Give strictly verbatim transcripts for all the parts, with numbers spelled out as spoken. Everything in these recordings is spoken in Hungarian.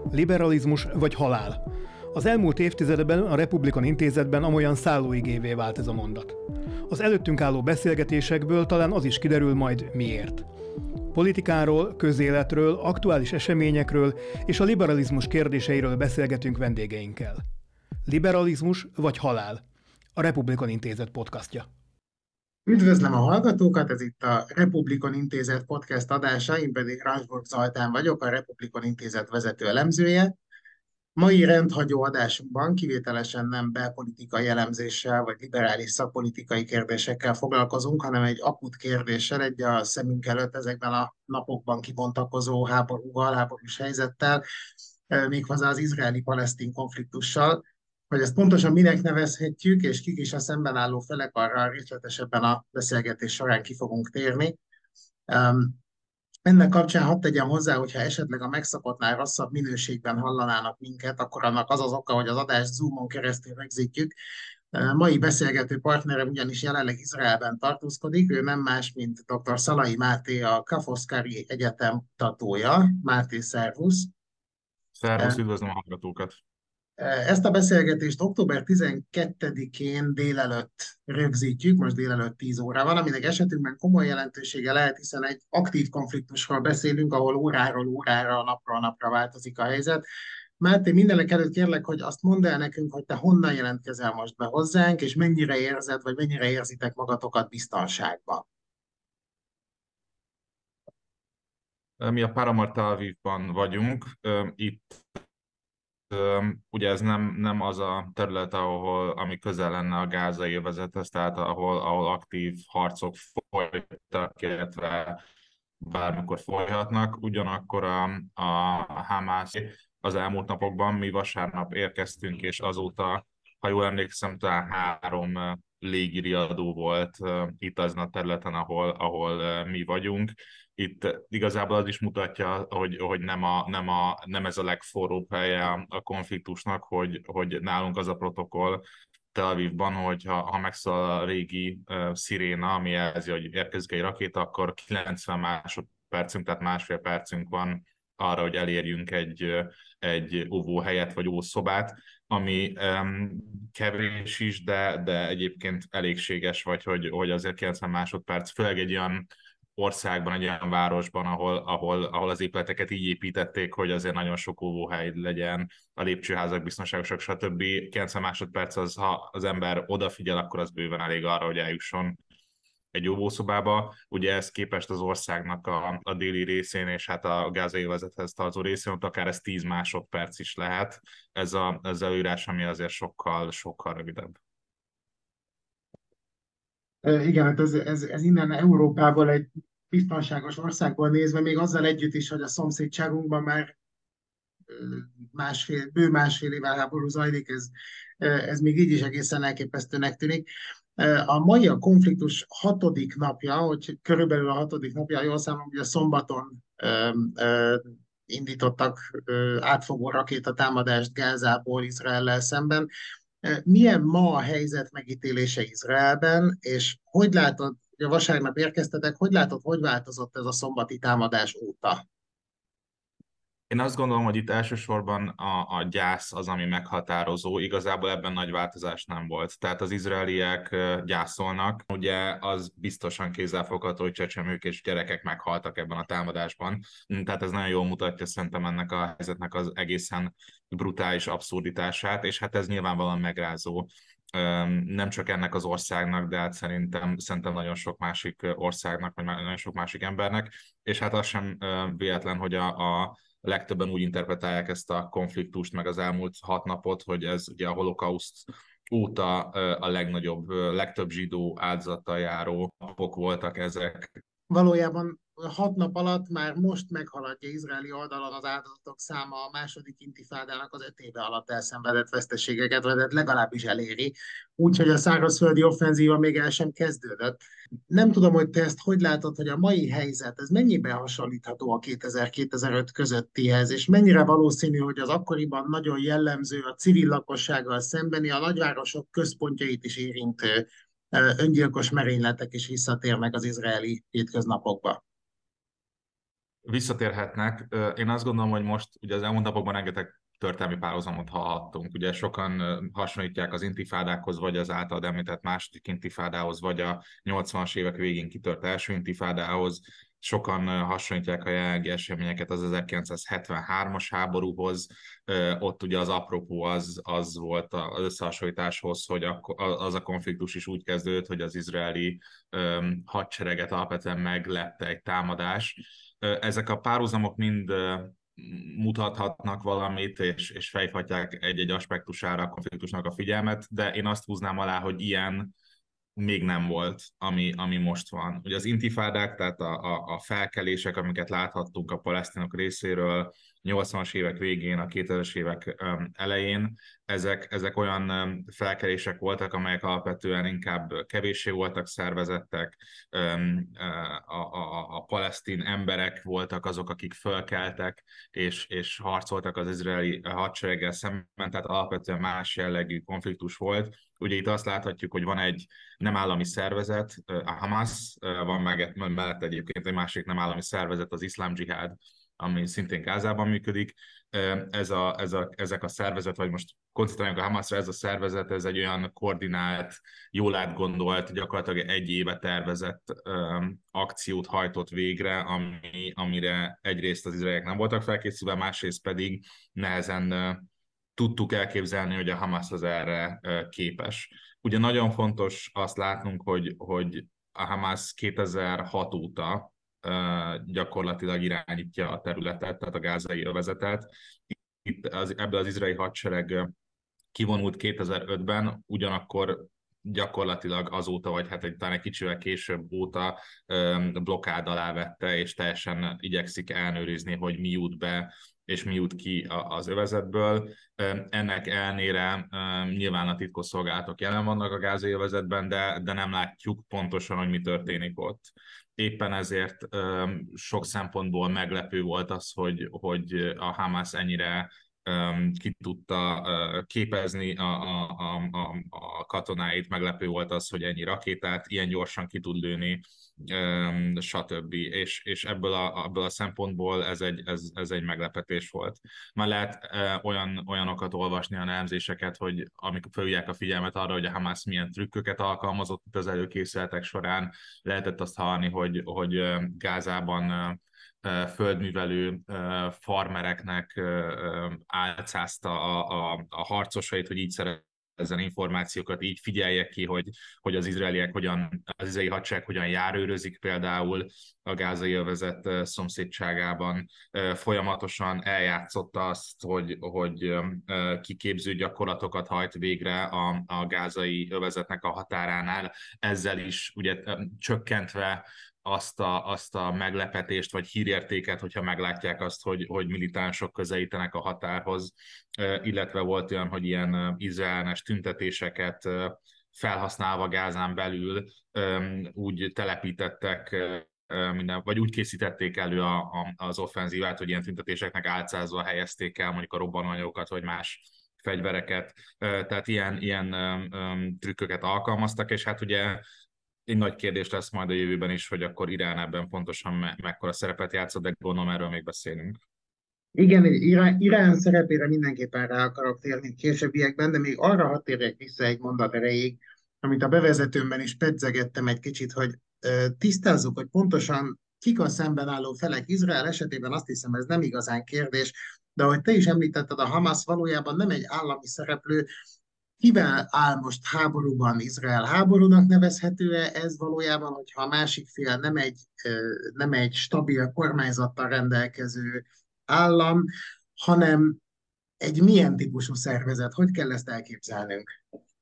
Liberalizmus vagy halál. Az elmúlt évtizedben a Republikon Intézetben amolyan szállóigévé vált ez a mondat. Az előttünk álló beszélgetésekből talán az is kiderül majd miért. Politikáról, közéletről, aktuális eseményekről és a liberalizmus kérdéseiről beszélgetünk vendégeinkkel. Liberalizmus vagy halál? A Republikon Intézet podcastja. Üdvözlöm a hallgatókat, ez itt a Republikon Intézet podcast adása, én pedig Ransburg Zoltán vagyok, a Republikon Intézet vezető elemzője. Mai rendhagyó adásunkban kivételesen nem belpolitikai elemzéssel vagy liberális szakpolitikai kérdésekkel foglalkozunk, hanem egy akut kérdéssel, egy a szemünk előtt ezekben a napokban kibontakozó háborúval, háborús helyzettel, méghozzá az izraeli-palesztin konfliktussal. Hogy ezt pontosan minek nevezhetjük, és kik is a szemben álló felek, arra részletesebben a beszélgetés során ki fogunk térni. Ennek kapcsán hadd tegyem hozzá, hogyha esetleg a megszokottnál rosszabb minőségben hallanának minket, akkor annak az az oka, hogy az adást Zoomon keresztül rögzítjük. Mai beszélgető partnerem ugyanis jelenleg Izraelben tartózkodik, ő nem más, mint dr. Szalai Máté, a Kafoszkári Egyetem kutatója. Máté, szervusz! Szervusz, üdvözlöm a hallgatókat! Ezt a beszélgetést október tizenkettedikén délelőtt rögzítjük, most délelőtt tíz óra van, aminek esetünkben komoly jelentősége lehet, hiszen egy aktív konfliktusról beszélünk, ahol óráról órára, napról napra változik a helyzet. Máté, mindenek előtt kérlek, hogy azt mondd el nekünk, hogy te honnan jelentkezel most be hozzánk, és mennyire érzed, vagy mennyire érzitek magatokat biztonságban. Mi a Paramar Tel Avivban vagyunk, itt ugye ez nem, nem az a terület, ahol, ami közel lenne a gázai övezethez, tehát ahol, ahol aktív harcok folytak, illetve bármikor folyhatnak. Ugyanakkor a, a Hamász az elmúlt napokban mi vasárnap érkeztünk, és azóta, ha jól emlékszem, talán három légiriadó volt itt azon a területen, ahol, ahol mi vagyunk. Itt igazából az is mutatja, hogy, hogy nem, a, nem, a, nem ez a legforróbb helye a konfliktusnak, hogy, hogy nálunk az a protokoll Tel Avivban, hogy ha, ha megszólal a régi uh, sziréna, ami jelzi, hogy érkezik egy rakéta, akkor kilencven másodpercünk, tehát másfél percünk van arra, hogy elérjünk egy, egy óvóhelyet vagy ószobát, ami um, kevés is, de, de egyébként elégséges, vagy hogy, hogy azért kilencven másodperc, főleg egy olyan országban, egy olyan városban, ahol, ahol, ahol az épületeket így építették, hogy azért nagyon sok óvóhely legyen, a lépcsőházak biztonságosak, stb. kilencven másodperc az, ha az ember odafigyel, akkor az bőven elég arra, hogy eljusson egy óvószobába. Ugye ez képest az országnak a, a déli részén, és hát a gázai övezethez tartozó részén, ott akár ez tíz másodperc is lehet. Ez a, az előírás, ami azért sokkal, sokkal rövidebb. Igen, hát ez, ez, ez innen Európából egy biztonságos országból nézve, még azzal együtt is, hogy a szomszédságunkban már másfél, bő másfél éve háború zajlik, ez, ez még így is egészen elképesztőnek tűnik. A mai a konfliktus hatodik napja, hogy körülbelül a hatodik napja, jól számolom, hogy a szombaton ö, ö, indítottak ö, átfogó rakétatámadást Gázából Izraellel szemben. Milyen ma a helyzet megítélése Izraelben, és hogy látod, hogy a vasárnap érkeztetek, hogy látod, hogy változott ez a szombati támadás óta? Én azt gondolom, hogy itt elsősorban a, a gyász az, ami meghatározó. Igazából ebben nagy változás nem volt. Tehát az izraeliek gyászolnak. Ugye az biztosan kézzelfogható, hogy csecsemők és gyerekek meghaltak ebben a támadásban. Tehát ez nagyon jól mutatja szerintem ennek a helyzetnek az egészen brutális abszurditását, és hát ez nyilvánvalóan megrázó. Nem csak ennek az országnak, de hát szerintem, szerintem nagyon sok másik országnak, vagy nagyon sok másik embernek. És hát az sem véletlen, hogy a, a legtöbben úgy interpretálják ezt a konfliktust, meg az elmúlt hat napot, hogy ez ugye a holokauszt óta a legnagyobb, legtöbb zsidó áldozattal járó napok voltak ezek. Valójában hat nap alatt már most meghaladja izraeli oldalon az áldozatok száma a második intifádának az öt éve alatt elszenvedett veszteségeket, vagy legalábbis eléri, úgyhogy a szárazföldi offenzíva még el sem kezdődött. Nem tudom, hogy te ezt hogy látod, hogy a mai helyzet, ez mennyiben hasonlítható a kétezer-kétezer-öt közöttihez, és mennyire valószínű, hogy az akkoriban nagyon jellemző a civil lakossággal szembeni, a nagyvárosok központjait is érintő öngyilkos merényletek is visszatérnek az izraeli hétköznapokba. visszatérhetnek. Én azt gondolom, hogy most ugye az elmúlt napokban rengeteg történelmi párhuzamot hallhattunk. Ugye sokan hasonlítják az intifádákhoz, vagy az általad említett második intifádához, vagy a nyolcvanas évek végén kitört első intifádához. Sokan hasonlítják a jelenlegi eseményeket az ezerkilencszázhetvenhármas háborúhoz. Ott ugye az apropó az, az volt az összehasonlításhoz, hogy az a konfliktus is úgy kezdődött, hogy az izraeli hadsereget alapvetően meglepte egy támadás. Ezek a párhuzamok mind mutathatnak valamit, és, és fejthatják egy-egy aspektusára a konfliktusnak a figyelmet, de én azt húznám alá, hogy ilyen még nem volt, ami, ami most van. Ugye az intifádák, tehát a, a, a felkelések, amiket láthattunk a palesztinok részéről nyolcvanas évek végén, a kétezres évek elején, ezek, ezek olyan felkelések voltak, amelyek alapvetően inkább kevéssé voltak szervezettek, a, a, a palesztin emberek voltak azok, akik fölkeltek, és, és harcoltak az izraeli hadsereggel szemben, tehát alapvetően más jellegű konfliktus volt. Ugye itt azt láthatjuk, hogy van egy nem állami szervezet, a Hamas, van meg mellett egyébként egy másik nem állami szervezet, az Iszlám Dzsihád, ami szintén Gázában működik. Ez a, ez a, ezek a szervezet, vagy most koncentráljunk a Hamasra, ez a szervezet, ez egy olyan koordinált, jól átgondolt, gyakorlatilag egy éve tervezett um, akciót hajtott végre, ami, amire egyrészt az izraeliek nem voltak felkészülve, másrészt pedig nehezen uh, tudtuk elképzelni, hogy a Hamas az erre uh, képes. Ugye nagyon fontos azt látnunk, hogy, hogy a Hamas kétezer-hat óta gyakorlatilag irányítja a területet, tehát a gázai övezetet. Itt az, ebből az izraeli hadsereg kivonult kétezer-ötben, ugyanakkor gyakorlatilag azóta, vagy hát egy, talán egy kicsivel később óta blokkád alá vette, és teljesen igyekszik ellenőrizni, hogy mi jut be, és mi jut ki az övezetből. Ennek ellenére nyilván a titkosszolgálatok jelen vannak a gázai övezetben, de, de nem látjuk pontosan, hogy mi történik ott. Éppen ezért sok szempontból meglepő volt az, hogy, hogy a Hamas ennyire ki tudta képezni a, a, a, a katonáit, meglepő volt az, hogy ennyi rakétát ilyen gyorsan ki tud lőni, stb. És, és ebből, a, ebből a szempontból ez egy, ez, ez egy meglepetés volt. Már lehet olyan, olyanokat olvasni, a elemzéseket, hogy amikor fölhívják a figyelmet arra, hogy a Hamas milyen trükköket alkalmazott az előkészületek során, lehetett azt hallani, hogy, hogy Gázában földművelő farmereknek álcázta a, a, a harcosait, hogy így szerezzen információkat, így figyeljek ki, hogy, hogy az izraeliek hogyan, az izraeli hadsereg hogyan járőrözik például a gázai övezet szomszédságában. Folyamatosan eljátszotta azt, hogy, hogy kiképző gyakorlatokat hajt végre a, a gázai övezetnek a határánál, ezzel is ugye csökkentve azt a, azt a meglepetést, vagy hírértéket, hogyha meglátják azt, hogy, hogy militánsok közelítenek a határhoz, illetve volt olyan, hogy ilyen izraellenes tüntetéseket felhasználva Gázán belül úgy telepítettek, minden, vagy úgy készítették elő a, a, az offenzívát, hogy ilyen tüntetéseknek álcázva helyezték el mondjuk a robbanóanyagokat, vagy más fegyvereket, tehát ilyen, ilyen trükköket alkalmaztak, és hát ugye egy nagy kérdés lesz majd a jövőben is, hogy akkor Irán ebben pontosan me- mekkora szerepet játszott, de gondolom erről még beszélünk. Igen, Irán, Irán szerepére mindenképpen rá akarok térni későbbiekben, de még arra hadd térjek vissza egy mondat erejéig, amit a bevezetőmben is pedzegettem egy kicsit, hogy ö, tisztázzuk, hogy pontosan kik a szemben álló felek. Izrael esetében azt hiszem, ez nem igazán kérdés, de ahogy te is említetted, a Hamas valójában nem egy állami szereplő. Kivel áll most háborúban Izrael? Háborúnak nevezhető-e ez valójában, hogyha a másik fél nem egy, nem egy stabil kormányzattal rendelkező állam, hanem egy milyen típusú szervezet? Hogy kell ezt elképzelnünk?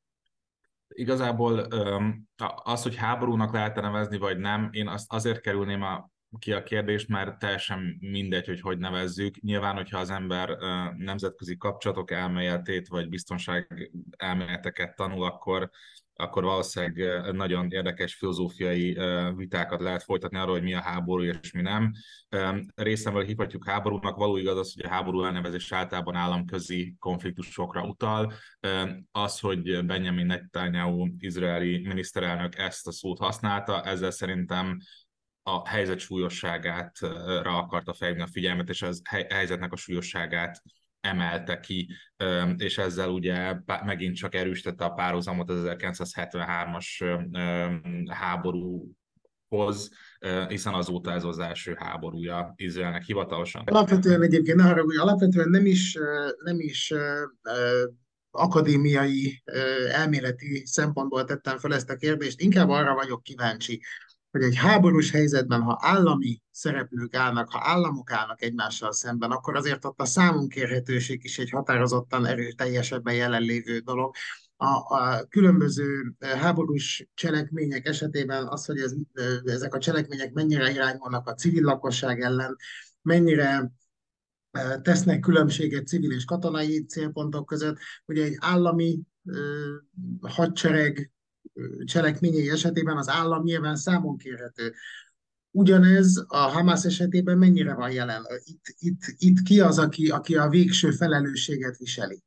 Igazából az, hogy háborúnak lehet nevezni, vagy nem, én azt azért kerülném a ki a kérdést, mert teljesen mindegy, hogy hogy nevezzük. Nyilván, hogyha az ember nemzetközi kapcsolatok elméletét, vagy biztonság elméleteket tanul, akkor, akkor valószínűleg nagyon érdekes filozófiai vitákat lehet folytatni arról, hogy mi a háború és mi nem. Részemről hívhatjuk háborúnak, való igaz az, hogy a háború elnevezés általában államközi konfliktusokra utal. Az, hogy Benjamin Netanyahu, izraeli miniszterelnök ezt a szót használta, ezzel szerintem a helyzet súlyosságára akarta felhívni a figyelmet, és az helyzetnek a súlyosságát emelte ki, és ezzel ugye megint csak erősítette a párhuzamot az ezerkilencszázhetvenhármas háborúhoz, hiszen azóta ez az első háborúja Izraelnek hivatalosan. Alapvetően egyébként, ne haragudj, alapvetően nem is, nem is akadémiai, elméleti szempontból tettem fel ezt a kérdést, inkább arra vagyok kíváncsi, hogy egy háborús helyzetben, ha állami szereplők állnak, ha államok állnak egymással szemben, akkor azért ott a számunkérhetőség is egy határozottan erőteljesebben jelenlévő dolog. A, a különböző háborús cselekmények esetében az, hogy ez, ezek a cselekmények mennyire irányulnak a civil lakosság ellen, mennyire tesznek különbséget civil és katonai célpontok között. Ugye egy állami ö, hadsereg cselekményei esetében az állam nyilván számon kérhető. Ugyanez a Hamász esetében mennyire van jelen? Itt, itt, itt ki az, aki, aki a végső felelősséget viseli?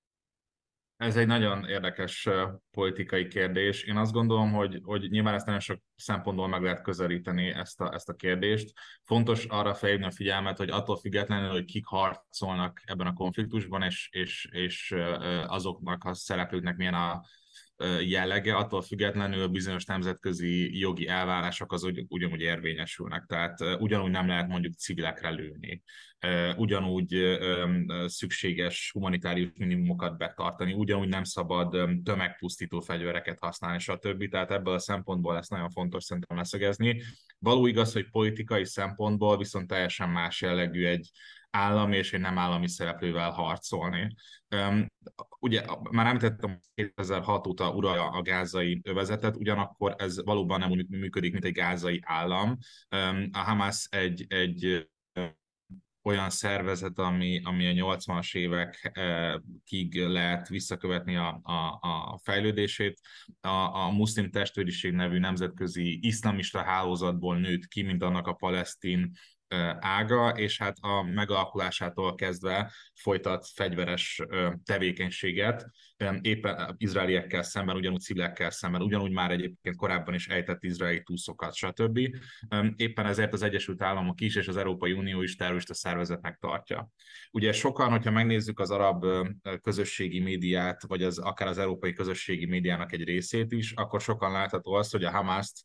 Ez egy nagyon érdekes politikai kérdés. Én azt gondolom, hogy, hogy nyilván ezt nagyon sok szempontból meg lehet közelíteni ezt a, ezt a kérdést. Fontos arra felhívni a figyelmet, hogy attól függetlenül, hogy kik harcolnak ebben a konfliktusban, és, és, és azoknak a szereplőknek milyen a jellege, attól függetlenül bizonyos nemzetközi jogi elvárások az ugy, ugyanúgy érvényesülnek. Tehát ugyanúgy nem lehet mondjuk civilekre lőni. Ugyanúgy szükséges humanitárius minimumokat betartani, ugyanúgy nem szabad tömegpusztító fegyvereket használni, stb. Tehát ebből a szempontból ezt nagyon fontos szerintem leszögezni. Való igaz, hogy politikai szempontból viszont teljesen más jellegű egy állami és egy nem állami szereplővel harcolni. Um, ugye már említettem, hogy kétezer-hat óta uralja a gázai övezetet, ugyanakkor ez valóban nem úgy működik, mint egy gázai állam. Um, a Hamász egy, egy olyan szervezet, ami, ami a nyolcvanas évekig lehet visszakövetni a, a, a fejlődését. A, a muszlim testvériség nevű nemzetközi iszlamista hálózatból nőtt ki, mint annak a palesztin ága, és hát a megalakulásától kezdve folytat fegyveres tevékenységet, éppen izraeliekkel szemben, ugyanúgy civilekkel szemben, ugyanúgy már egyébként korábban is ejtett izraeli túszokat, stb. Éppen ezért az Egyesült Államok is, és az Európai Unió is terrorista szervezetnek tartja. Ugye sokan, hogyha megnézzük az arab közösségi médiát, vagy az, akár az európai közösségi médiának egy részét is, akkor sokan látható az, hogy a Hamászt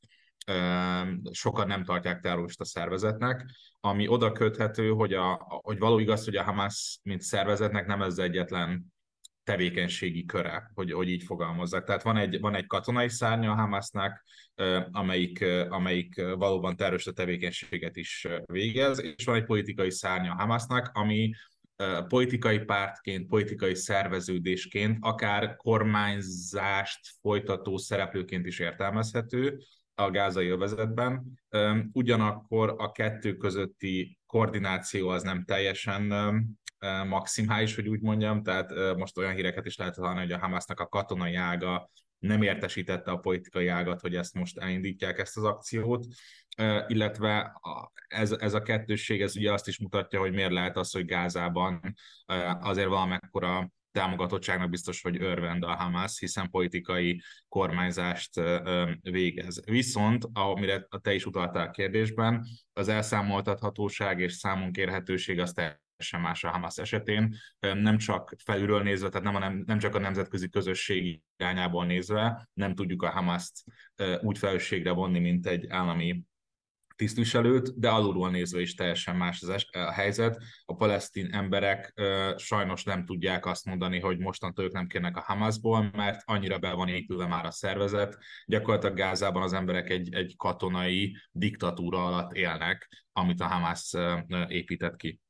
sokan nem tartják terrorista szervezetnek, ami oda köthető, hogy, a, hogy való igaz, hogy a Hamász mint szervezetnek nem ez egyetlen tevékenységi köre, hogy, hogy így fogalmazzak. Tehát van egy, van egy katonai szárnya a Hamásznak, amelyik, amelyik valóban terrorista tevékenységet is végez, és van egy politikai szárnya a Hamásznak, ami politikai pártként, politikai szerveződésként, akár kormányzást folytató szereplőként is értelmezhető a gázai övezetben. Ugyanakkor a kettő közötti koordináció az nem teljesen maximális, hogy úgy mondjam, tehát most olyan híreket is lehet hallani, hogy a Hamásznak a katonai ága nem értesítette a politikai ágat, hogy ezt most elindítják, ezt az akciót, illetve ez, ez a kettősség, ez ugye azt is mutatja, hogy miért lehet az, hogy Gázában azért valamekkora támogatottságnak biztos, hogy örvend a Hamász, hiszen politikai kormányzást végez. Viszont, amire te is utaltál a kérdésben, az elszámoltathatóság és számonkérhetőség az teljesen más a Hamász esetén, nem csak felülről nézve, tehát nem, a nem, nem csak a nemzetközi közösség irányából nézve, nem tudjuk a Hamászt úgy felelősségre vonni, mint egy állami tisztviselőt, de alulról nézve is teljesen más az es- a helyzet. A palesztin emberek ö, sajnos nem tudják azt mondani, hogy mostantól ők nem kérnek a Hamászból, mert annyira be van épülve már a szervezet. Gyakorlatilag Gázában az emberek egy, egy katonai diktatúra alatt élnek, amit a Hamász ö, épített ki.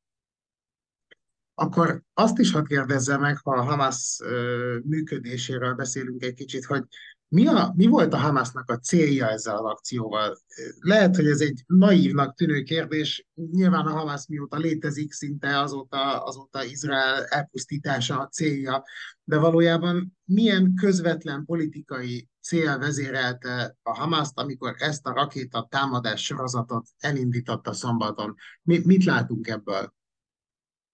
Akkor azt is hadd kérdezze meg, ha a Hamász ö, működéséről beszélünk egy kicsit, hogy mi, a, mi volt a Hamásznak a célja ezzel az akcióval? Lehet, hogy ez egy naívnak tűnő kérdés, nyilván a Hamász mióta létezik, szinte azóta, azóta Izrael elpusztítása a célja, de valójában milyen közvetlen politikai cél vezérelte a Hamászt, amikor ezt a rakéta támadás sorozatot elindította szombaton? Mi, mit látunk ebből?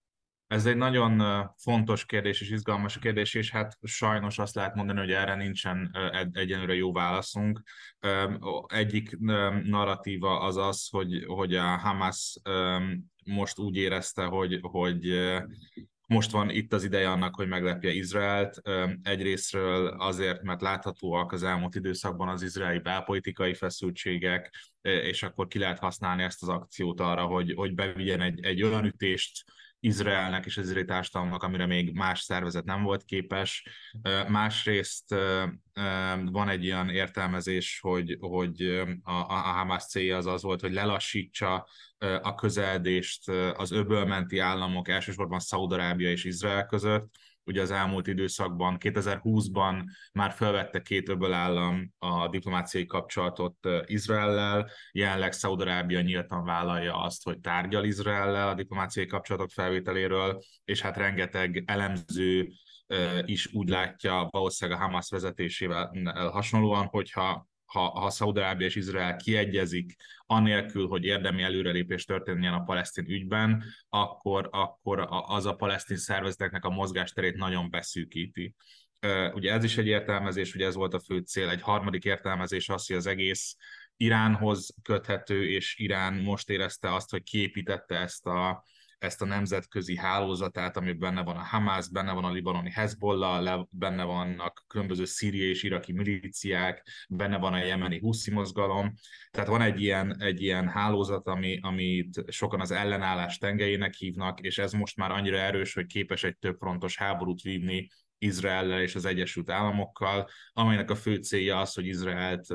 Ez egy nagyon fontos kérdés és izgalmas kérdés, és hát sajnos azt lehet mondani, hogy erre nincsen egyenlőre jó válaszunk. Egyik narratíva az az, hogy, hogy a Hamas most úgy érezte, hogy, hogy most van itt az ideje annak, hogy meglepje Izraelt. Egyrésztről azért, mert láthatóak az elmúlt időszakban az izraeli belpolitikai feszültségek, és akkor ki lehet használni ezt az akciót arra, hogy, hogy bevigyen egy, egy olyan ütést Izraelnek és az izraeli társadalomnak, amire még más szervezet nem volt képes. Másrészt van egy ilyen értelmezés, hogy, hogy a, a Hamas célja az az volt, hogy lelassítsa a közeledést az öbölmenti államok, elsősorban Szaúd-Arábia és Izrael között. Ugye az elmúlt időszakban, kétezer-húszban már felvette két öbölállam a diplomáciai kapcsolatot Izraellel, jelenleg Szaúd-Arábia nyíltan vállalja azt, hogy tárgyal Izraellel a diplomáciai kapcsolatok felvételéről, és hát rengeteg elemző is úgy látja, valószínűleg a Hamas vezetésével hasonlóan, hogyha ha, ha Szaúd-Arábia és Izrael kiegyezik, anélkül, hogy érdemi előrelépés történjen a palesztin ügyben, akkor, akkor az a palesztin szervezeteknek a mozgásterét nagyon beszűkíti. Ugye ez is egy értelmezés, ugye ez volt a fő cél. Egy harmadik értelmezés az, hogy az egész Iránhoz köthető, és Irán most érezte azt, hogy kiépítette ezt a ezt a nemzetközi hálózatát, amiben benne van a Hamász, benne van a libanoni Hezbollah, benne vannak különböző szíriai és iraki milíciák, benne van a jemeni Huszi mozgalom. Tehát van egy ilyen, egy ilyen hálózat, ami, amit sokan az ellenállás tengelyének hívnak, és ez most már annyira erős, hogy képes egy többfrontos háborút vívni Izraellel és az Egyesült Államokkal, amelynek a fő célja az, hogy Izraelt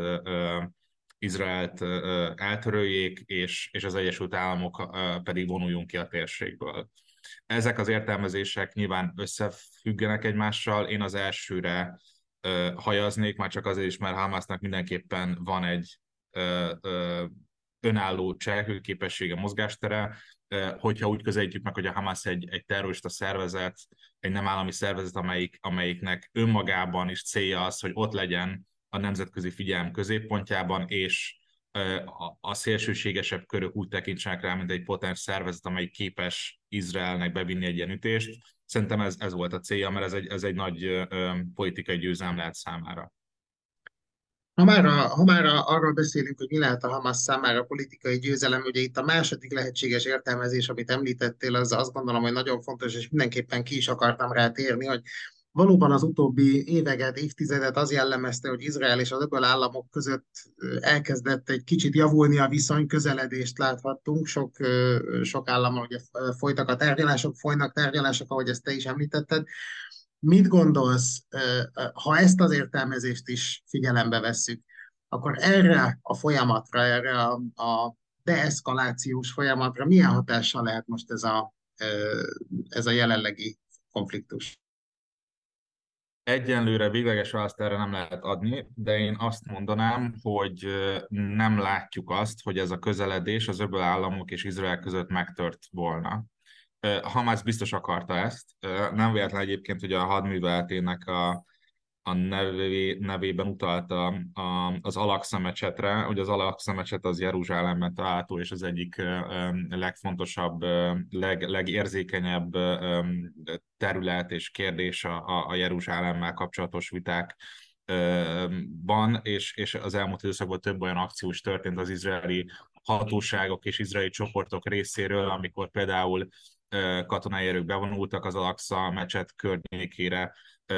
Izraelt eltöröljék, és, és az Egyesült Államok pedig vonuljunk ki a térségből. Ezek az értelmezések nyilván összefüggenek egymással. Én az elsőre hajaznék, már csak azért is, mert Hamasnak mindenképpen van egy önálló cselekvőképessége, mozgástere. Hogyha úgy közelítjük meg, hogy a Hamas egy, egy terrorista szervezet, egy nem állami szervezet, amelyik, amelyiknek önmagában is célja az, hogy ott legyen a nemzetközi figyelem középpontjában, és a szélsőségesebb körök úgy tekintsenek rá, mint egy potens szervezet, amely képes Izraelnek bevinni egy ilyen ütést. Szerintem ez, ez volt a célja, mert ez egy, ez egy nagy ö, politikai győzelem lehet számára. Ha már, a, ha már a, arról beszélünk, hogy mi lehet a Hamas számára politikai győzelem, ugye itt a második lehetséges értelmezés, amit említettél, az azt gondolom, hogy nagyon fontos, és mindenképpen ki is akartam rá térni, hogy valóban az utóbbi éveket, évtizedet az jellemezte, hogy Izrael és az öböl államok között elkezdett egy kicsit javulni a viszony, közeledést láthattunk. Sok, sok állammal ugye folytak a tárgyalások, folynak tárgyalások, ahogy ezt te is említetted. Mit gondolsz, ha ezt az értelmezést is figyelembe vesszük, akkor erre a folyamatra, erre a, a deeszkalációs folyamatra milyen hatással lehet most ez a, ez a jelenlegi konfliktus? Egyenlőre végleges választ erre nem lehet adni, de én azt mondanám, hogy nem látjuk azt, hogy ez a közeledés az öböl államok és Izrael között megtört volna. Hamász biztos akarta ezt. Nem véletlen egyébként, hogy a hadműveletének a, a nevé, nevében utalta a, az Al-Aqsa mecsetre. Ugye az Al-Aqsa mecset az Jeruzsálemben található, és az egyik legfontosabb, leg, legérzékenyebb terület és kérdés a, a Jeruzsálemmel kapcsolatos viták van, és, és az elmúlt időszakban több olyan akció is történt az izraeli hatóságok és izraeli csoportok részéről, amikor például katonai erők bevonultak az Al-Aqsa mecset környékére,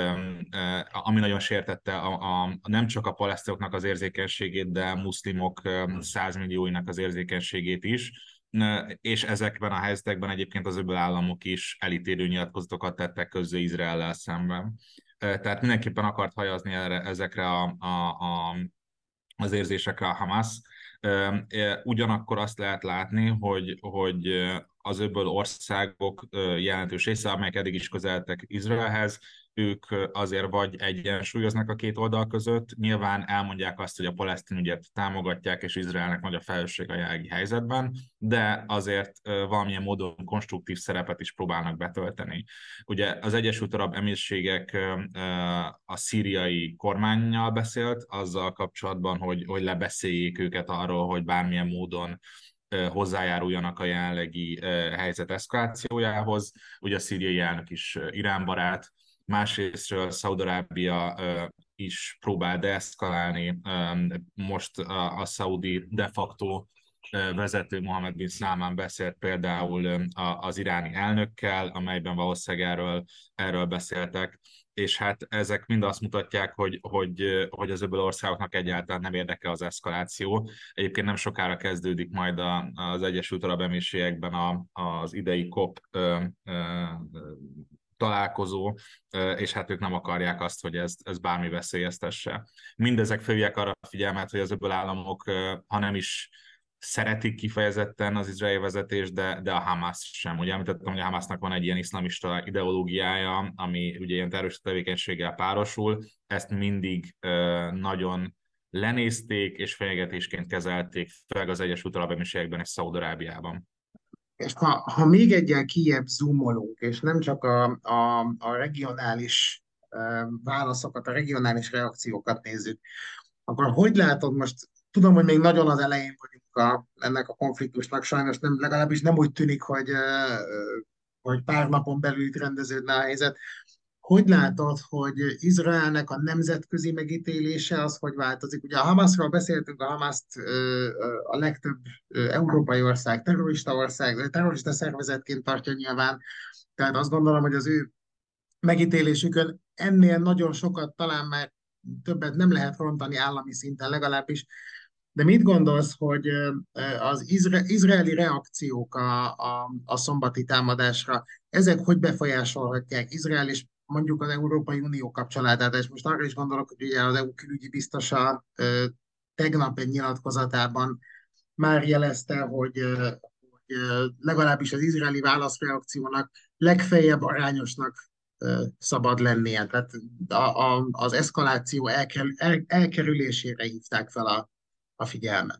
ami nagyon sértette a, a, nem csak a palesztinoknak az érzékenységét, de a muszlimok százmillióinak az érzékenységét is, és ezekben a helyzetekben egyébként az öböl államok is elítélő nyilatkozatokat tettek közzé Izraellel szemben. Tehát mindenképpen akart hajazni erre, ezekre a, a, a, az érzésekre a Hamas. Ugyanakkor azt lehet látni, hogy, hogy az öböl országok jelentős része, amelyek eddig is közeltek Izraelhez, ők azért vagy egyensúlyoznak a két oldal között, nyilván elmondják azt, hogy a palesztin ügyet támogatják, és Izraelnek nagy a felelősség a jelenlegi helyzetben, de azért valamilyen módon konstruktív szerepet is próbálnak betölteni. Ugye az Egyesült Arab Emírségek a szíriai kormánnyal beszélt, azzal kapcsolatban, hogy, hogy lebeszéljék őket arról, hogy bármilyen módon hozzájáruljanak a jelenlegi helyzet eszkalációjához. Ugye a szíriai elnök is Irán barát, másrésztről Szaúd-Arábia is próbál deeszkalálni. Most a, a szaudi de facto vezető Mohammed bin Salman beszélt például az iráni elnökkel, amelyben valószínűleg erről, erről beszéltek, és hát ezek mind azt mutatják, hogy, hogy, hogy az öböl országoknak egyáltalán nem érdekel az eszkaláció. Egyébként nem sokára kezdődik majd a, az Egyesült Arab Emírségekben a, az idei COP ö, ö, találkozó, és hát ők nem akarják azt, hogy ez, ez bármi veszélyeztesse. Mindezek fölhívják arra a figyelmet, hogy az öböl államok, ha nem is szeretik kifejezetten az izraeli vezetés, de, de a Hamas sem. Ugye említettem, hogy a Hamasnak van egy ilyen iszlamista ideológiája, ami ugye ilyen terrorista tevékenységgel párosul, ezt mindig uh, nagyon lenézték és fenyegetésként kezelték, főleg az Egyesült Arab Emírségekben és Szaúd-Arábiában. És ha, ha még egyen kijebb zoomolunk, és nem csak a, a, a regionális uh, válaszokat, a regionális reakciókat nézzük, akkor hogy látod most, tudom, hogy még nagyon az elején vagyunk a, ennek a konfliktusnak, sajnos nem, legalábbis nem úgy tűnik, hogy, uh, hogy pár napon belül itt rendeződne a helyzet. Hogy látod, hogy Izraelnek a nemzetközi megítélése az hogy változik? Ugye a Hamasról beszéltünk, a Hamaszt a legtöbb európai ország terrorista ország, terrorista szervezetként tartja nyilván, tehát azt gondolom, hogy az ő megítélésükön ennél nagyon sokat, talán már többet nem lehet rontani állami szinten legalábbis. De mit gondolsz, hogy az izra- izraeli reakciók a, a, a szombati támadásra, ezek hogy befolyásolhatják Izrael és mondjuk az Európai Unió kapcsolatát? És most arra is gondolok, hogy ugye az é u külügyi biztosa tegnap egy nyilatkozatában már jelezte, hogy, hogy legalábbis az izraeli válaszreakciónak legfeljebb arányosnak szabad lennie. Tehát a, a, az eszkaláció elker, el, elkerülésére hívták fel a, a figyelmet.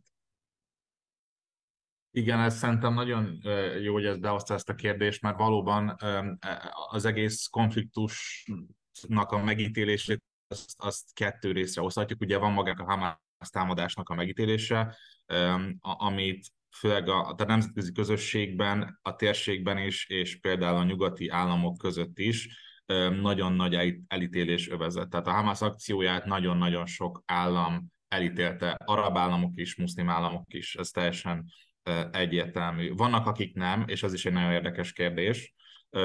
Igen, ez szerintem nagyon jó, hogy ezt behozta ezt a kérdést, mert valóban az egész konfliktusnak a megítélését azt, azt kettő részre oszthatjuk. Ugye van magának a Hamas támadásnak a megítélése, amit főleg a, a nemzetközi közösségben, a térségben is, és például a nyugati államok között is nagyon nagy elítélés övezett. Tehát a Hamas akcióját nagyon-nagyon sok állam elítélte, arab államok is, muszlim államok is, ez teljesen egyértelmű. Vannak, akik nem, és ez is egy nagyon érdekes kérdés,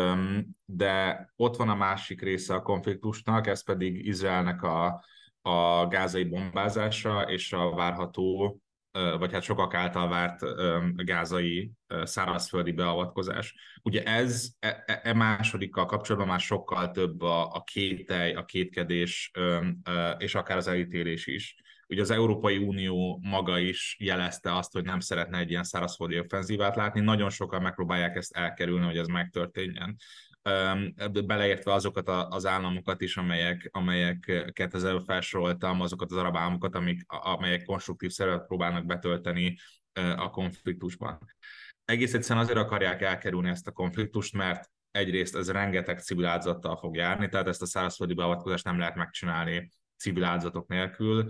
de ott van a másik része a konfliktusnak, ez pedig Izraelnek a, a gázai bombázása és a várható, vagy hát sokak által várt gázai szárazföldi beavatkozás. Ugye ez, e, e másodikkal kapcsolatban már sokkal több a, a kételj, a kétkedés, és akár az elítélés is. Ugye az Európai Unió maga is jelezte azt, hogy nem szeretne egy ilyen szárazföldi offenzívát látni. Nagyon sokan megpróbálják ezt elkerülni, hogy ez megtörténjen. Beleértve azokat az államokat is, amelyek, amelyeket az előbb felsoroltam, azokat az arab államokat, amik, amelyek konstruktív szerepet próbálnak betölteni a konfliktusban. Egész egyszerűen azért akarják elkerülni ezt a konfliktust, mert egyrészt ez rengeteg civil áldozattal fog járni, tehát ezt a szárazföldi beavatkozást nem lehet megcsinálni civil áldozatok nélkül.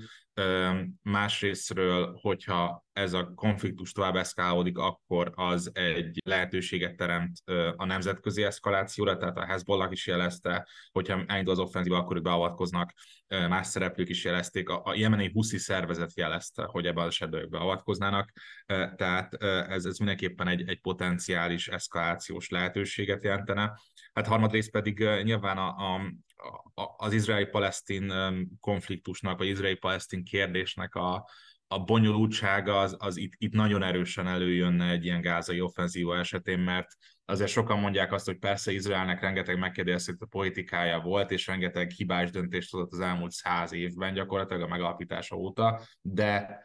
Másrésztről, hogyha ez a konfliktus tovább eszkálódik, akkor az egy lehetőséget teremt a nemzetközi eszkalációra, tehát a Hezbollah is jelezte, hogyha elindul az offenzíva, akkor ők beavatkoznak, más szereplők is jelezték, a jemeni huszi szervezet jelezte, hogy ebben az esetben ők beavatkoznának, tehát ez, ez mindenképpen egy, egy potenciális eszkalációs lehetőséget jelentene. Hát harmadrészt pedig nyilván a, a az izraeli-palesztin konfliktusnak, vagy izraeli-palesztin kérdésnek a, a bonyolultsága az, az itt, itt nagyon erősen előjönne egy ilyen gázai offenzíva esetén, mert azért sokan mondják azt, hogy persze Izraelnek rengeteg megkérdezhető politikája volt, és rengeteg hibás döntést hozott az elmúlt száz évben gyakorlatilag a megalapítása óta, de,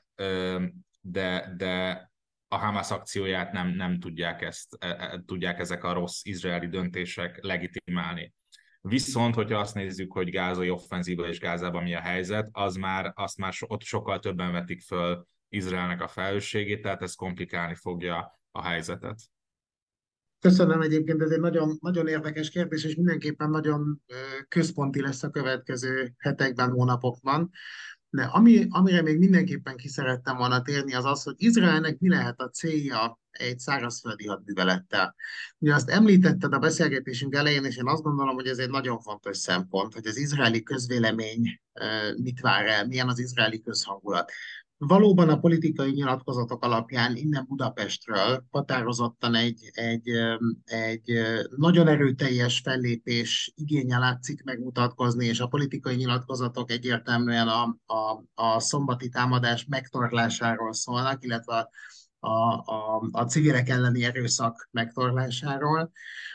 de, de a Hamas akcióját nem, nem tudják, ezt, tudják ezek a rossz izraeli döntések legitimálni. Viszont, hogyha azt nézzük, hogy gázai offenzíva és Gázában mi a helyzet, az már, azt már ott sokkal többen vetik föl Izraelnek a felelősségét, tehát ez komplikálni fogja a helyzetet. Köszönöm egyébként, ez egy nagyon, nagyon érdekes kérdés, és mindenképpen nagyon központi lesz a következő hetekben, hónapokban. De ami, amire még mindenképpen ki szerettem volna térni, az az, hogy Izraelnek mi lehet a célja egy szárazföldi hadművelettel. Ugye azt említetted a beszélgetésünk elején, és én azt gondolom, hogy ez egy nagyon fontos szempont, hogy az izraeli közvélemény eh, mit vár el, milyen az izraeli közhangulat. Valóban a politikai nyilatkozatok alapján innen Budapestről határozottan egy, egy, eh, egy eh, nagyon erőteljes fellépés igénye látszik megmutatkozni, és a politikai nyilatkozatok egyértelműen a, a, a szombati támadás megtorlásáról szólnak, illetve a, a, a civilek elleni erőszak megtorlásáról.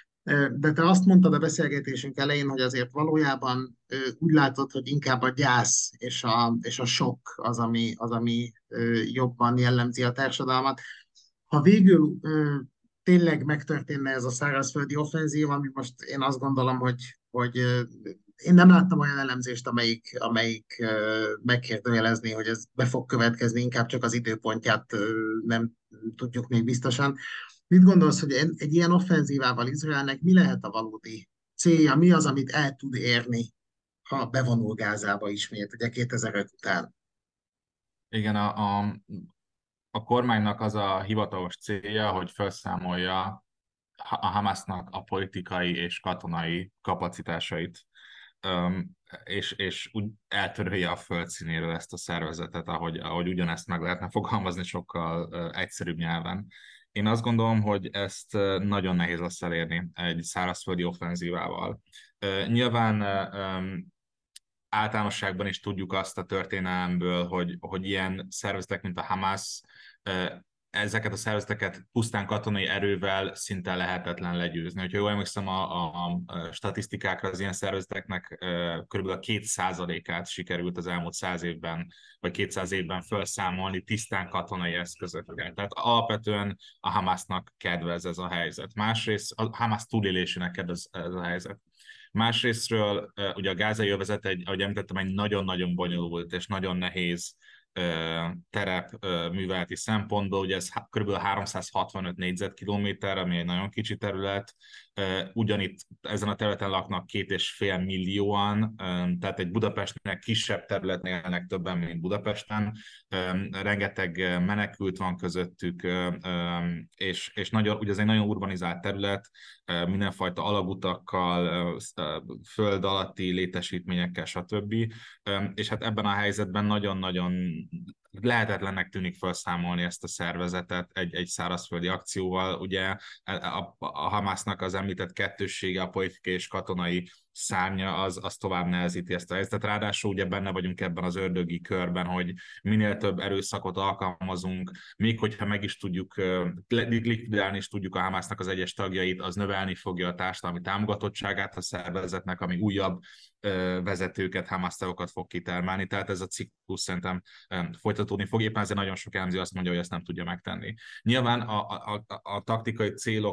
De te azt mondtad a beszélgetésünk elején, hogy azért valójában úgy látod, hogy inkább a gyász és a, és a sok az, ami, az, ami jobban jellemzi a társadalmat. Ha végül tényleg megtörténne ez a szárazföldi offenzív, ami most én azt gondolom, hogy, hogy én nem láttam olyan elemzést, amelyik, amelyik megkérdőjelezné, hogy ez be fog következni, inkább csak az időpontját nem tudjuk még biztosan. Mit gondolsz, hogy egy ilyen offenzívával Izraelnek mi lehet a valódi célja, mi az, amit el tud érni, ha bevonul Gázába ismét, ugye kétezer-öt után? Igen, a, a, a kormánynak az a hivatalos célja, hogy felszámolja a Hamásznak a politikai és katonai kapacitásait, um, és, és úgy eltörölje a földszínéről ezt a szervezetet, ahogy, ahogy ugyanezt meg lehetne fogalmazni sokkal uh, egyszerűbb nyelven. Én azt gondolom, hogy ezt uh, nagyon nehéz lesz elérni egy szárazföldi offenzívával. Uh, nyilván uh, um, általánosságban is tudjuk azt a történelemből, hogy, hogy ilyen szervezetek, mint a Hamász, ezeket a szervezeteket pusztán katonai erővel szinte lehetetlen legyőzni. Hogyha jól emlékszem, a, a, a statisztikákra az ilyen szervezeteknek kb. A két százalékát sikerült az elmúlt száz évben, vagy kétszáz évben felszámolni tisztán katonai eszközökkel. Tehát alapvetően a Hamásznak kedvez ez a helyzet. Másrészt a Hamász túlélésének kedvez ez a helyzet. Másrésztről ugye a gázai övezet, egy, ahogy említettem, egy nagyon-nagyon bonyolult és nagyon nehéz terep műveleti szempontból, ugye ez kb. háromszázhatvanöt négyzetkilométer, ami egy nagyon kicsi terület, ugyanitt ezen a területen laknak két és fél millióan, tehát egy Budapestnek kisebb területnél élnek többen, mint Budapesten, rengeteg menekült van közöttük, és, és nagyon, ugye ez egy nagyon urbanizált terület, mindenfajta alagutakkal, föld alatti létesítményekkel, stb. És hát ebben a helyzetben nagyon-nagyon lehetetlennek tűnik felszámolni ezt a szervezetet egy, egy szárazföldi akcióval. Ugye a, a Hamásznak az említett kettőssége, a politikai és katonai szárnya, az, az tovább nehezíti ezt a helyzetet. Ráadásul ugye benne vagyunk ebben az ördögi körben, hogy minél több erőszakot alkalmazunk, még hogyha meg is tudjuk likvidálni, és tudjuk a Hamásznak az egyes tagjait, az növelni fogja a társadalmi támogatottságát a szervezetnek, ami újabb vezetőket, Hamász-tagokat fog kitermelni, tehát ez a ciklus szerintem folytatódni fog. Éppen ezért nagyon sok elemző azt mondja, hogy ezt nem tudja megtenni. Nyilván a, a, a, a taktikai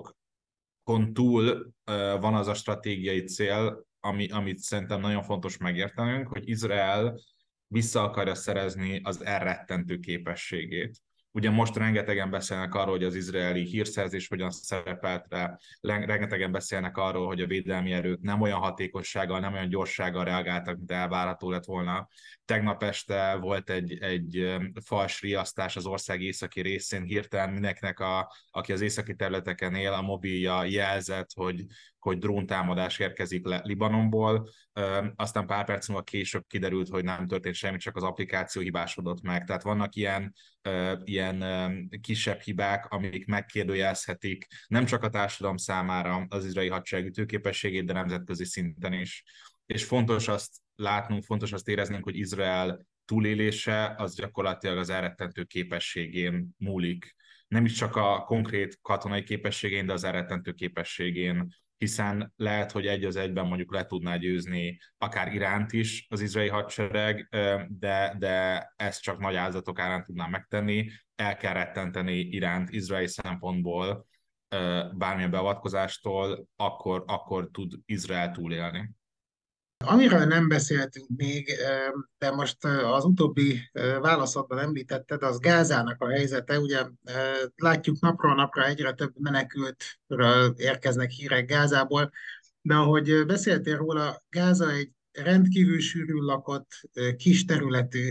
célokon túl van az a stratégiai cél, ami, amit szerintem nagyon fontos megértenünk, hogy Izrael vissza akarja szerezni az elrettentő képességét. Ugye most rengetegen beszélnek arról, hogy az izraeli hírszerzés hogyan szerepelt rá, rengetegen beszélnek arról, hogy a védelmi erők nem olyan hatékonysággal, nem olyan gyorsággal reagáltak, mint elvárható lett volna. Tegnap este volt egy, egy fals riasztás az ország északi részén, hirtelen mindenkinek, a, aki az északi területeken él, a mobilja jelzett, hogy, hogy dróntámadás érkezik le Libanonból. Aztán pár perc múlva később kiderült, hogy nem történt semmi, csak az applikáció hibásodott meg. Tehát vannak ilyen, ilyen kisebb hibák, amik megkérdőjelezhetik nem csak a társadalom számára az izraeli hadsereg ütőképességét, de nemzetközi szinten is. És fontos azt látnunk, fontos azt éreznünk, hogy Izrael túlélése az gyakorlatilag az elrettentő képességén múlik. Nem is csak a konkrét katonai képességén, de az elrettentő képességén, hiszen lehet, hogy egy az egyben mondjuk le tudná győzni akár Iránt is az izraeli hadsereg, de, de ezt csak nagy áldozatok árán tudná megtenni. El kell rettenteni Iránt izraeli szempontból bármilyen beavatkozástól, akkor, akkor tud Izrael túlélni. Amiről nem beszéltünk még, de most az utóbbi válaszodban említetted, az Gázának a helyzete. Ugye látjuk napról napra egyre több menekültről érkeznek hírek Gázából, de ahogy beszéltél róla, Gáza egy rendkívül sűrűn lakott, kis területű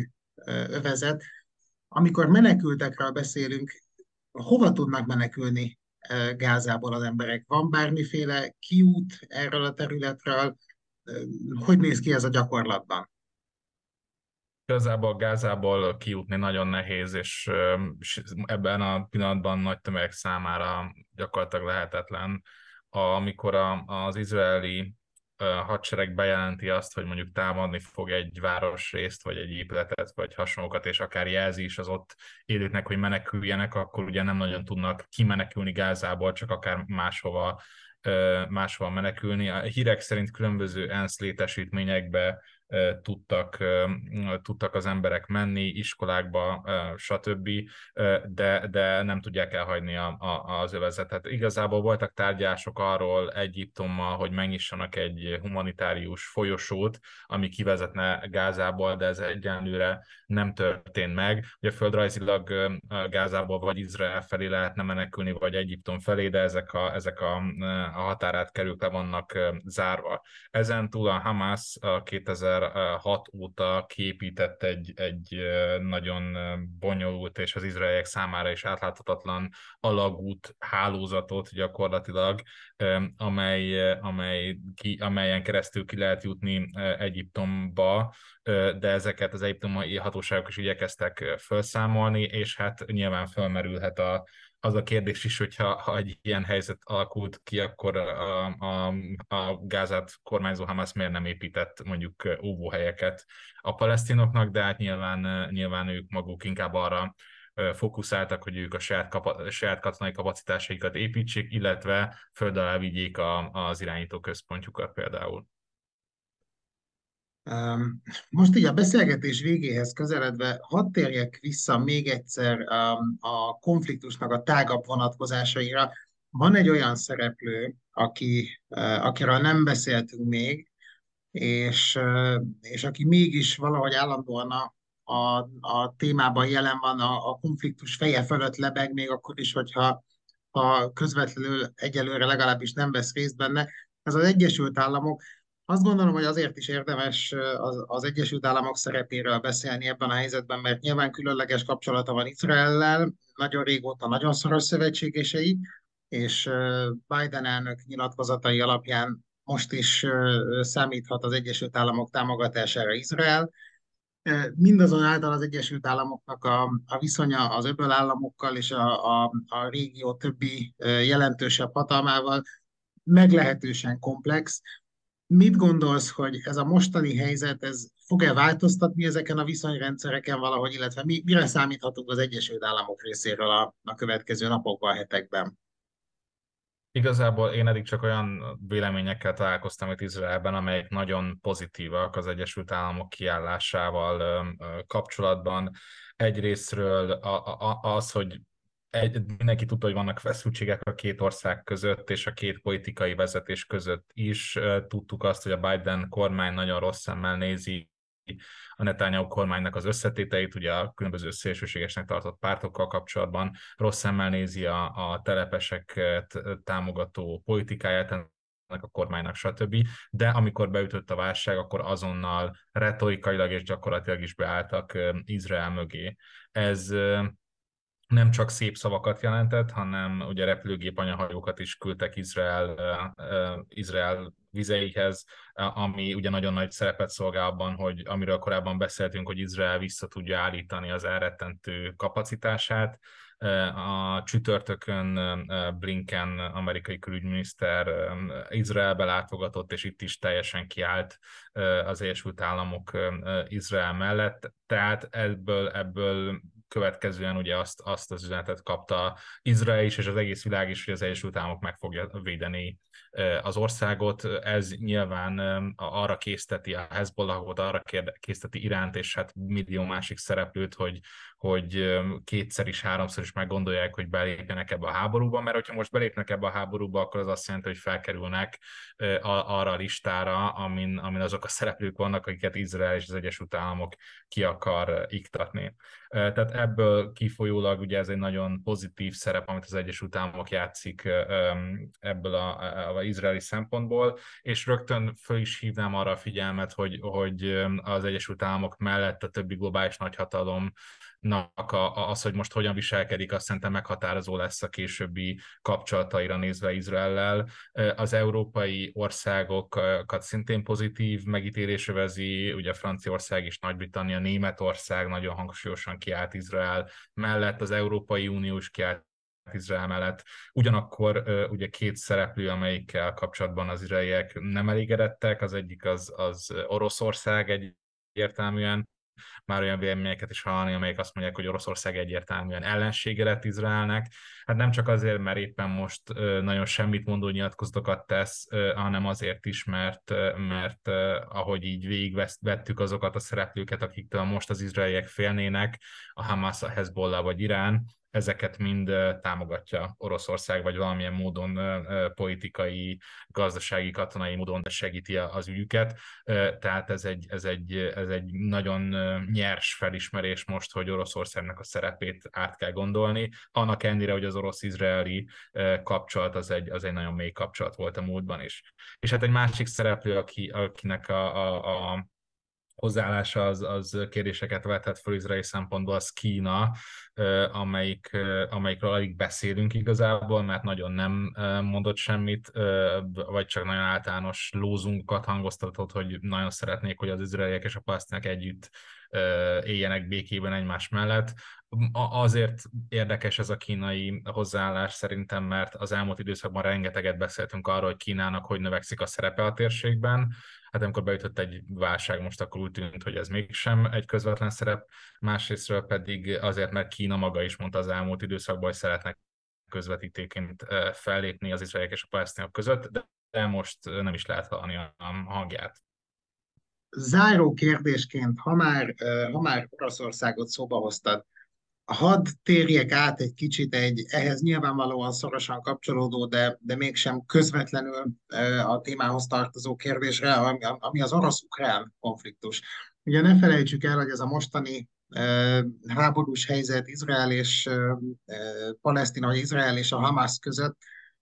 övezet. Amikor menekültekről beszélünk, hova tudnak menekülni Gázából az emberek? Van bármiféle kiút erről a területről? Hogy néz ki ez a gyakorlatban? Igazából Gázából kijutni nagyon nehéz, és ebben a pillanatban nagy tömegek számára gyakorlatilag lehetetlen. Amikor a, az izraeli hadsereg bejelenti azt, hogy mondjuk támadni fog egy városrészt, vagy egy épületet, vagy hasonlókat, és akár jelzi is az ott élőknek, hogy meneküljenek, akkor ugye nem nagyon tudnak kimenekülni Gázából, csak akár máshova máshova menekülni. A hírek szerint különböző ENSZ létesítményekbe tudtak, tudtak az emberek menni, iskolákba, stb., de, de nem tudják elhagyni a, a, az övezetet. Igazából voltak tárgyások arról Egyiptommal, hogy megnyissanak egy humanitárius folyosót, ami kivezetne Gázából, de ez egyenlőre nem történt meg. Ugye földrajzilag Gázából vagy Izrael felé lehetne menekülni, vagy Egyiptom felé, de ezek a, ezek a, a határátkelők le vannak zárva. Ezen túl a Hamász kétezer-hat óta kiépített egy, egy nagyon bonyolult és az izraeliek számára is átláthatatlan alagút hálózatot gyakorlatilag, amely, amely ki, amelyen keresztül ki lehet jutni Egyiptomba, de ezeket az egyiptomi hatóságok is igyekeztek felszámolni, és hát nyilván felmerülhet a az a kérdés is, hogyha ha egy ilyen helyzet alakult ki, akkor a, a, a Gázát kormányzó Hamász miért nem épített mondjuk óvóhelyeket a palesztinoknak, de hát nyilván, nyilván ők maguk inkább arra fókuszáltak, hogy ők a saját, kapa, saját katonai kapacitásaikat építsék, illetve föld alá vigyék a, az irányító központjukat például. Most így a beszélgetés végéhez közeledve, hadd térjek vissza még egyszer a konfliktusnak a tágabb vonatkozásaira. Van egy olyan szereplő, aki, akiről nem beszéltünk még, és, és aki mégis valahogy állandóan a, a, a témában jelen van, a, a konfliktus feje fölött lebeg, még akkor is, hogyha ha közvetlenül egyelőre legalábbis nem vesz részt benne. Ez az Egyesült Államok. Azt gondolom, hogy azért is érdemes az, az Egyesült Államok szerepéről beszélni ebben a helyzetben, mert nyilván különleges kapcsolata van Izraellel, nagyon régóta nagyon szoros szövetségesei, és Biden elnök nyilatkozatai alapján most is számíthat az Egyesült Államok támogatására Izrael. Mindazonáltal az Egyesült Államoknak a, a viszonya az öböl államokkal és a, a, a régió többi jelentősebb hatalmával meglehetősen komplex. Mit gondolsz, hogy ez a mostani helyzet, ez fog-e változtatni ezeken a viszonyrendszereken valahogy, illetve mi, mire számíthatunk az Egyesült Államok részéről a, a következő napokban, hetekben? Igazából én eddig csak olyan véleményekkel találkoztam itt Izraelben, amelyek nagyon pozitívak az Egyesült Államok kiállásával kapcsolatban. Egyrésztről az, hogy egy, mindenki tudta, hogy vannak feszültségek a két ország között, és a két politikai vezetés között is. Tudtuk azt, hogy a Biden kormány nagyon rossz szemmel nézi a Netanyahu kormánynak az összetételeit, ugye a különböző szélsőségesnek tartott pártokkal kapcsolatban, rossz szemmel nézi a, a telepeseket támogató politikáját ennek a kormánynak, stb. De amikor beütött a válság, akkor azonnal retorikailag és gyakorlatilag is beálltak Izrael mögé. Ez nem csak szép szavakat jelentett, hanem ugye repülőgép anyahajókat is küldtek Izrael, Izrael vizeihez, ami ugye nagyon nagy szerepet szolgál abban, hogy amiről korábban beszéltünk, hogy Izrael vissza tudja állítani az elrettentő kapacitását. A csütörtökön Blinken amerikai külügyminiszter Izraelbe látogatott, és itt is teljesen kiállt az Egyesült Államok Izrael mellett. Tehát ebből, ebből következően ugye azt, azt az üzenetet kapta Izrael is, és az egész világ is, hogy az Egyesült Államok meg fogja védeni az országot. Ez nyilván arra készteti a Hezbollahot, arra készteti Iránt, és hát millió másik szereplőt, hogy, hogy kétszer is, háromszor is meggondolják, hogy belépjenek ebbe a háborúba, mert hogyha most belépnek ebbe a háborúba, akkor az azt jelenti, hogy felkerülnek arra a listára, amin, amin azok a szereplők vannak, akiket Izrael és az Egyesült Államok ki akar iktatni. Tehát ebből kifolyólag ugye ez egy nagyon pozitív szerep, amit az Egyesült Államok játszik ebből az izraeli szempontból, és rögtön föl is hívnám arra a figyelmet, hogy, hogy az Egyesült Államok mellett a többi globális nagyhatalom az, hogy most hogyan viselkedik, azt szerintem meghatározó lesz a későbbi kapcsolataira nézve Izraellel. Az európai országokat szintén pozitív megítélésre vezi, ugye Franciaország és Nagy-Britannia, Németország nagyon hangsúlyosan kiállt Izrael mellett, az Európai Unió is kiállt Izrael mellett. Ugyanakkor ugye két szereplő, amelyikkel kapcsolatban az izraeliek nem elégedettek, az egyik az, az Oroszország egyértelműen, már olyan véleményeket is hallani, amelyek azt mondják, hogy Oroszország egyértelműen ellensége lett Izraelnek. Hát nem csak azért, mert éppen most nagyon semmit mondó nyilatkozatokat tesz, hanem azért is, mert, mert ahogy így végigvettük azokat a szereplőket, akiktől most az izraeliek félnének, a Hamas, a Hezbollah vagy Irán, ezeket mind támogatja Oroszország, vagy valamilyen módon politikai, gazdasági, katonai módon segíti az ügyüket. Tehát ez egy, ez egy, ez egy nagyon nyers felismerés most, hogy Oroszországnak a szerepét át kell gondolni. Annak ellenére, hogy az orosz-izraeli kapcsolat az egy, az egy nagyon mély kapcsolat volt a múltban is. És hát egy másik szereplő, aki, akinek a, a, a hozzáállása az, az kérdéseket vetett fel izraeli szempontból, az Kína, amelyik, amelyikről alig beszélünk igazából, mert nagyon nem mondott semmit, vagy csak nagyon általános lózungokat hangoztatott, hogy nagyon szeretnék, hogy az izraeliek és a palesztinák együtt éljenek békében egymás mellett. Azért érdekes ez a kínai hozzáállás szerintem, mert az elmúlt időszakban rengeteget beszéltünk arról, hogy Kínának hogy növekszik a szerepe a térségben. Hát amikor beütött egy válság, most akkor úgy tűnt, hogy ez mégsem egy közvetlen szerep. Másrésztről pedig azért, mert Kína maga is mondta az elmúlt időszakban, hogy szeretnek közvetítőként fellépni az izraeliek és a palesztinok között, de most nem is lehet hallani a hangját. Záró kérdésként, ha már, ha már Oroszországot szóba hoztad, hadd térjek át egy kicsit egy ehhez nyilvánvalóan szorosan kapcsolódó, de, de mégsem közvetlenül a témához tartozó kérdésre, ami, ami az orosz-ukrán konfliktus. Ugye ne felejtsük el, hogy ez a mostani háborús helyzet Izrael és Palesztina, vagy Izrael és a Hamász között,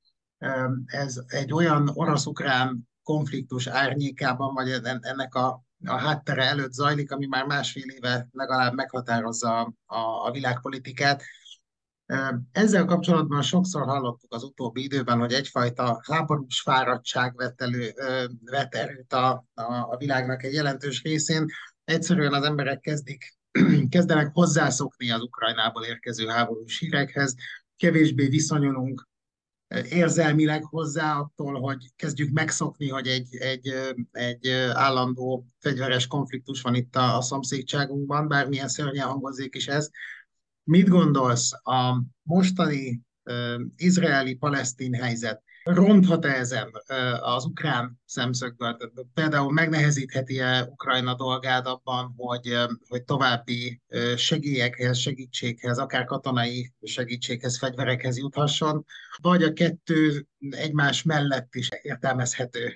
ez egy olyan orosz-ukrán konfliktus árnyékában, vagy ennek a, a háttere előtt zajlik, ami már másfél éve legalább meghatározza a, a világpolitikát. Ezzel kapcsolatban sokszor hallottuk az utóbbi időben, hogy egyfajta háborús fáradtság vett, elő, vett erőt a, a, a világnak egy jelentős részén. Egyszerűen az emberek kezdik, kezdenek hozzászokni az Ukrajnából érkező háborús hírekhez, kevésbé viszonyulunk érzelmileg hozzá attól, hogy kezdjük megszokni, hogy egy, egy, egy állandó fegyveres konfliktus van itt a, a szomszédságunkban, bármilyen szörnyen hangozzék is ez. Mit gondolsz, a mostani uh, izraeli-palesztin helyzet ronthat-e ezen uh, az ukrán szemszögből? Például megnehezítheti-e Ukrajna dolgát abban, hogy, uh, hogy további uh, segélyekhez, segítséghez, akár katonai segítséghez, fegyverekhez juthasson, vagy a kettő egymás mellett is értelmezhető?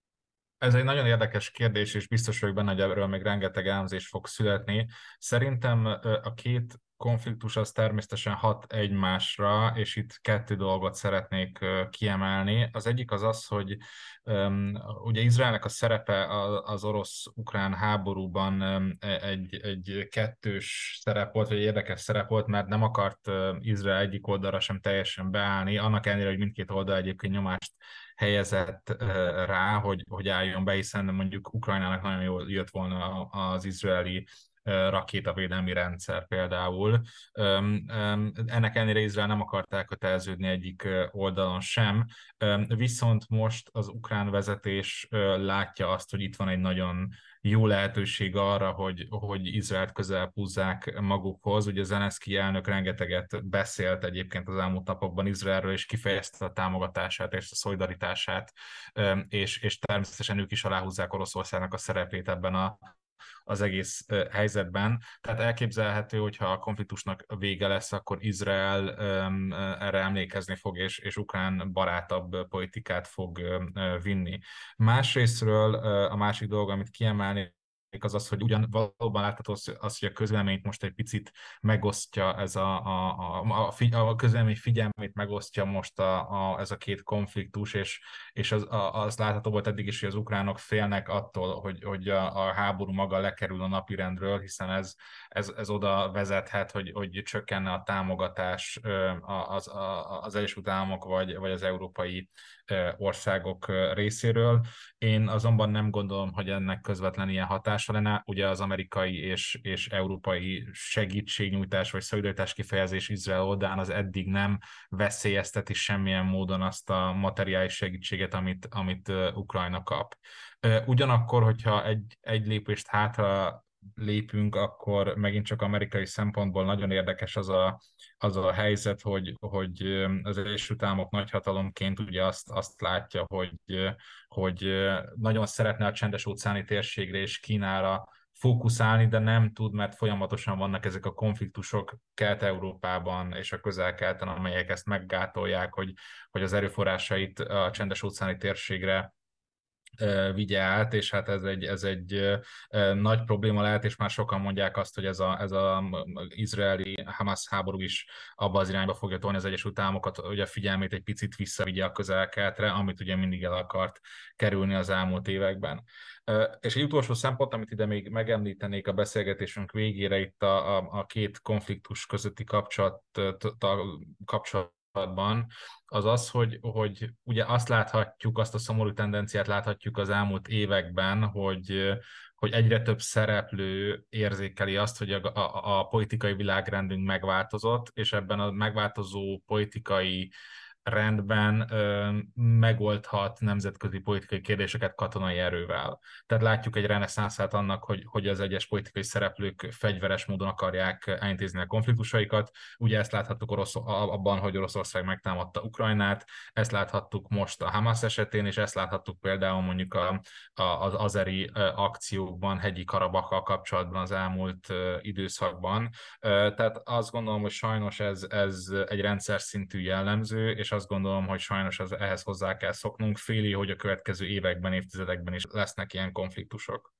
Ez egy nagyon érdekes kérdés, és biztos vagyok benne, hogy erről még rengeteg elemzés fog születni. Szerintem a két konfliktus az természetesen hat egymásra, és itt kettő dolgot szeretnék kiemelni. Az egyik az az, hogy um, ugye Izraelnek a szerepe az orosz-ukrán háborúban um, egy, egy kettős szerep volt, vagy egy érdekes szerep volt, mert nem akart uh, Izrael egyik oldalra sem teljesen beállni, annak ellenére, hogy mindkét oldal egyébként nyomást helyezett uh, rá, hogy, hogy álljon be, hiszen mondjuk Ukrajnának nagyon jól jött volna az izraeli rakétavédelmi rendszer például. Ennek ellenére Izrael nem akart elköteleződni egyik oldalon sem, viszont most az ukrán vezetés látja azt, hogy itt van egy nagyon jó lehetőség arra, hogy, hogy Izraelt közel húzzák magukhoz. Ugye Zelenszkij elnök rengeteget beszélt egyébként az elmúlt napokban Izraelről, és kifejezte a támogatását és a szolidaritását, és, és természetesen ők is aláhúzzák Oroszországnak a szerepét ebben a az egész helyzetben. Tehát elképzelhető, hogyha a konfliktusnak vége lesz, akkor Izrael um, erre emlékezni fog, és, és ukrán barátabb politikát fog um, vinni. Másrésztről a másik dolog, amit kiemelni, az az, hogy ugyan valóban látható az, hogy a közvéleményt most egy picit megosztja ez a, a, a, a, a közvélemény figyelmét megosztja most a, a, ez a két konfliktus, és, és az, a, az látható volt eddig is, hogy az ukránok félnek attól, hogy, hogy a, a háború maga lekerül a napirendről, hiszen ez, ez, ez oda vezethet, hogy, hogy csökkenne a támogatás az, az, az Egyesült Államok vagy, vagy az európai országok részéről. Én azonban nem gondolom, hogy ennek közvetlen ilyen hatása lenne. Ugye az amerikai és, és európai segítségnyújtás vagy szolidaritás kifejezés Izrael oldalán az eddig nem veszélyezteti semmilyen módon azt a materiális segítséget, amit, amit Ukrajna kap. Ugyanakkor, hogyha egy, egy lépést hátra lépünk, akkor megint csak amerikai szempontból nagyon érdekes az a, az a helyzet, hogy, hogy az Egyesült Államok nagyhatalomként ugye azt, azt látja, hogy, hogy nagyon szeretne a csendes-óceáni térségre és Kínára fókuszálni, de nem tud, mert folyamatosan vannak ezek a konfliktusok Kelet-Európában és a Közel-Keleten, amelyek ezt meggátolják, hogy, hogy az erőforrásait a csendes-óceáni térségre vigye át, és hát ez egy, ez egy nagy probléma lehet, és már sokan mondják azt, hogy ez a, ez a izraeli-Hamas háború is abba az irányba fogja tolni az Egyesült Államokat, hogy a figyelmét egy picit visszavigye a Közel-Keletre, amit ugye mindig el akart kerülni az elmúlt években. És egy utolsó szempont, amit ide még megemlítenék a beszélgetésünk végére, itt a, a, a két konfliktus közötti kapcsolat, kapcsolat az az, hogy, hogy ugye azt láthatjuk, azt a szomorú tendenciát láthatjuk az elmúlt években, hogy, hogy egyre több szereplő érzékeli azt, hogy a, a, a politikai világrendünk megváltozott, és ebben a megváltozó politikai rendben ö, megoldhat nemzetközi politikai kérdéseket katonai erővel. Tehát látjuk egy reneszánszát annak, hogy, hogy az egyes politikai szereplők fegyveres módon akarják elintézni a konfliktusaikat. Ugye ezt láthattuk Orosz, abban, hogy Oroszország megtámadta Ukrajnát, ezt láthattuk most a Hamas esetén, és ezt láthattuk például mondjuk a, a, az azeri akciókban, hegyi Karabakkal kapcsolatban az elmúlt időszakban. Tehát azt gondolom, hogy sajnos ez, ez egy rendszer szintű jellemző, és azt gondolom, hogy sajnos az, ehhez hozzá kell szoknunk. Féli, hogy a következő években, évtizedekben is lesznek ilyen konfliktusok.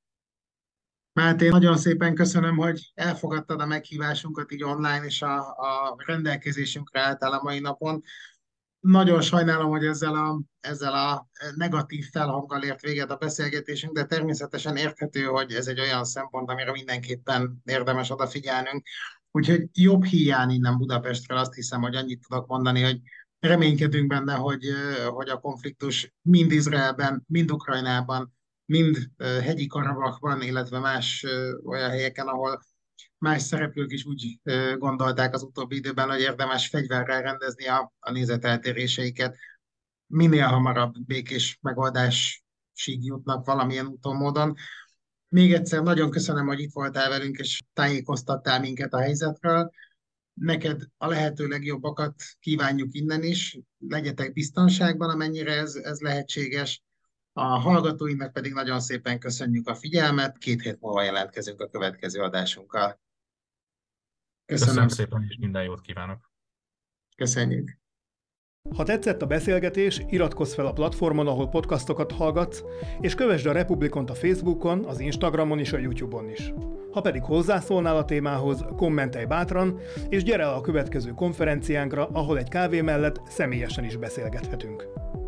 Máté, nagyon szépen köszönöm, hogy elfogadtad a meghívásunkat így online, és a, a rendelkezésünkre álltál a mai napon. Nagyon sajnálom, hogy ezzel a, ezzel a negatív felhanggal ért véget a beszélgetésünk, de természetesen érthető, hogy ez egy olyan szempont, amire mindenképpen érdemes odafigyelnünk. Úgyhogy jobb híján innen Budapestről azt hiszem, hogy annyit tudok mondani, hogy reménykedünk benne, hogy, hogy a konfliktus mind Izraelben, mind Ukrajnában, mind hegyi Karabakban, illetve más olyan helyeken, ahol más szereplők is úgy gondolták az utóbbi időben, hogy érdemes fegyverrel rendezni a, a nézeteltéréseiket, minél hamarabb békés megoldásig jutnak valamilyen úton, módon. Még egyszer nagyon köszönöm, hogy itt voltál velünk, és tájékoztattál minket a helyzetről. Neked a lehető legjobbakat kívánjuk innen is, legyetek biztonságban, amennyire ez, ez lehetséges. A hallgatóinknak pedig nagyon szépen köszönjük a figyelmet, két hét múlva jelentkezünk a következő adásunkkal. Köszönöm, Köszönöm szépen, és minden jót kívánok! Köszönjük! Ha tetszett a beszélgetés, iratkozz fel a platformon, ahol podcastokat hallgatsz, és kövesd a Republikont a Facebookon, az Instagramon és a YouTube-on is. Ha pedig hozzászólnál a témához, kommentelj bátran, és gyere el a következő konferenciánkra, ahol egy kávé mellett személyesen is beszélgethetünk.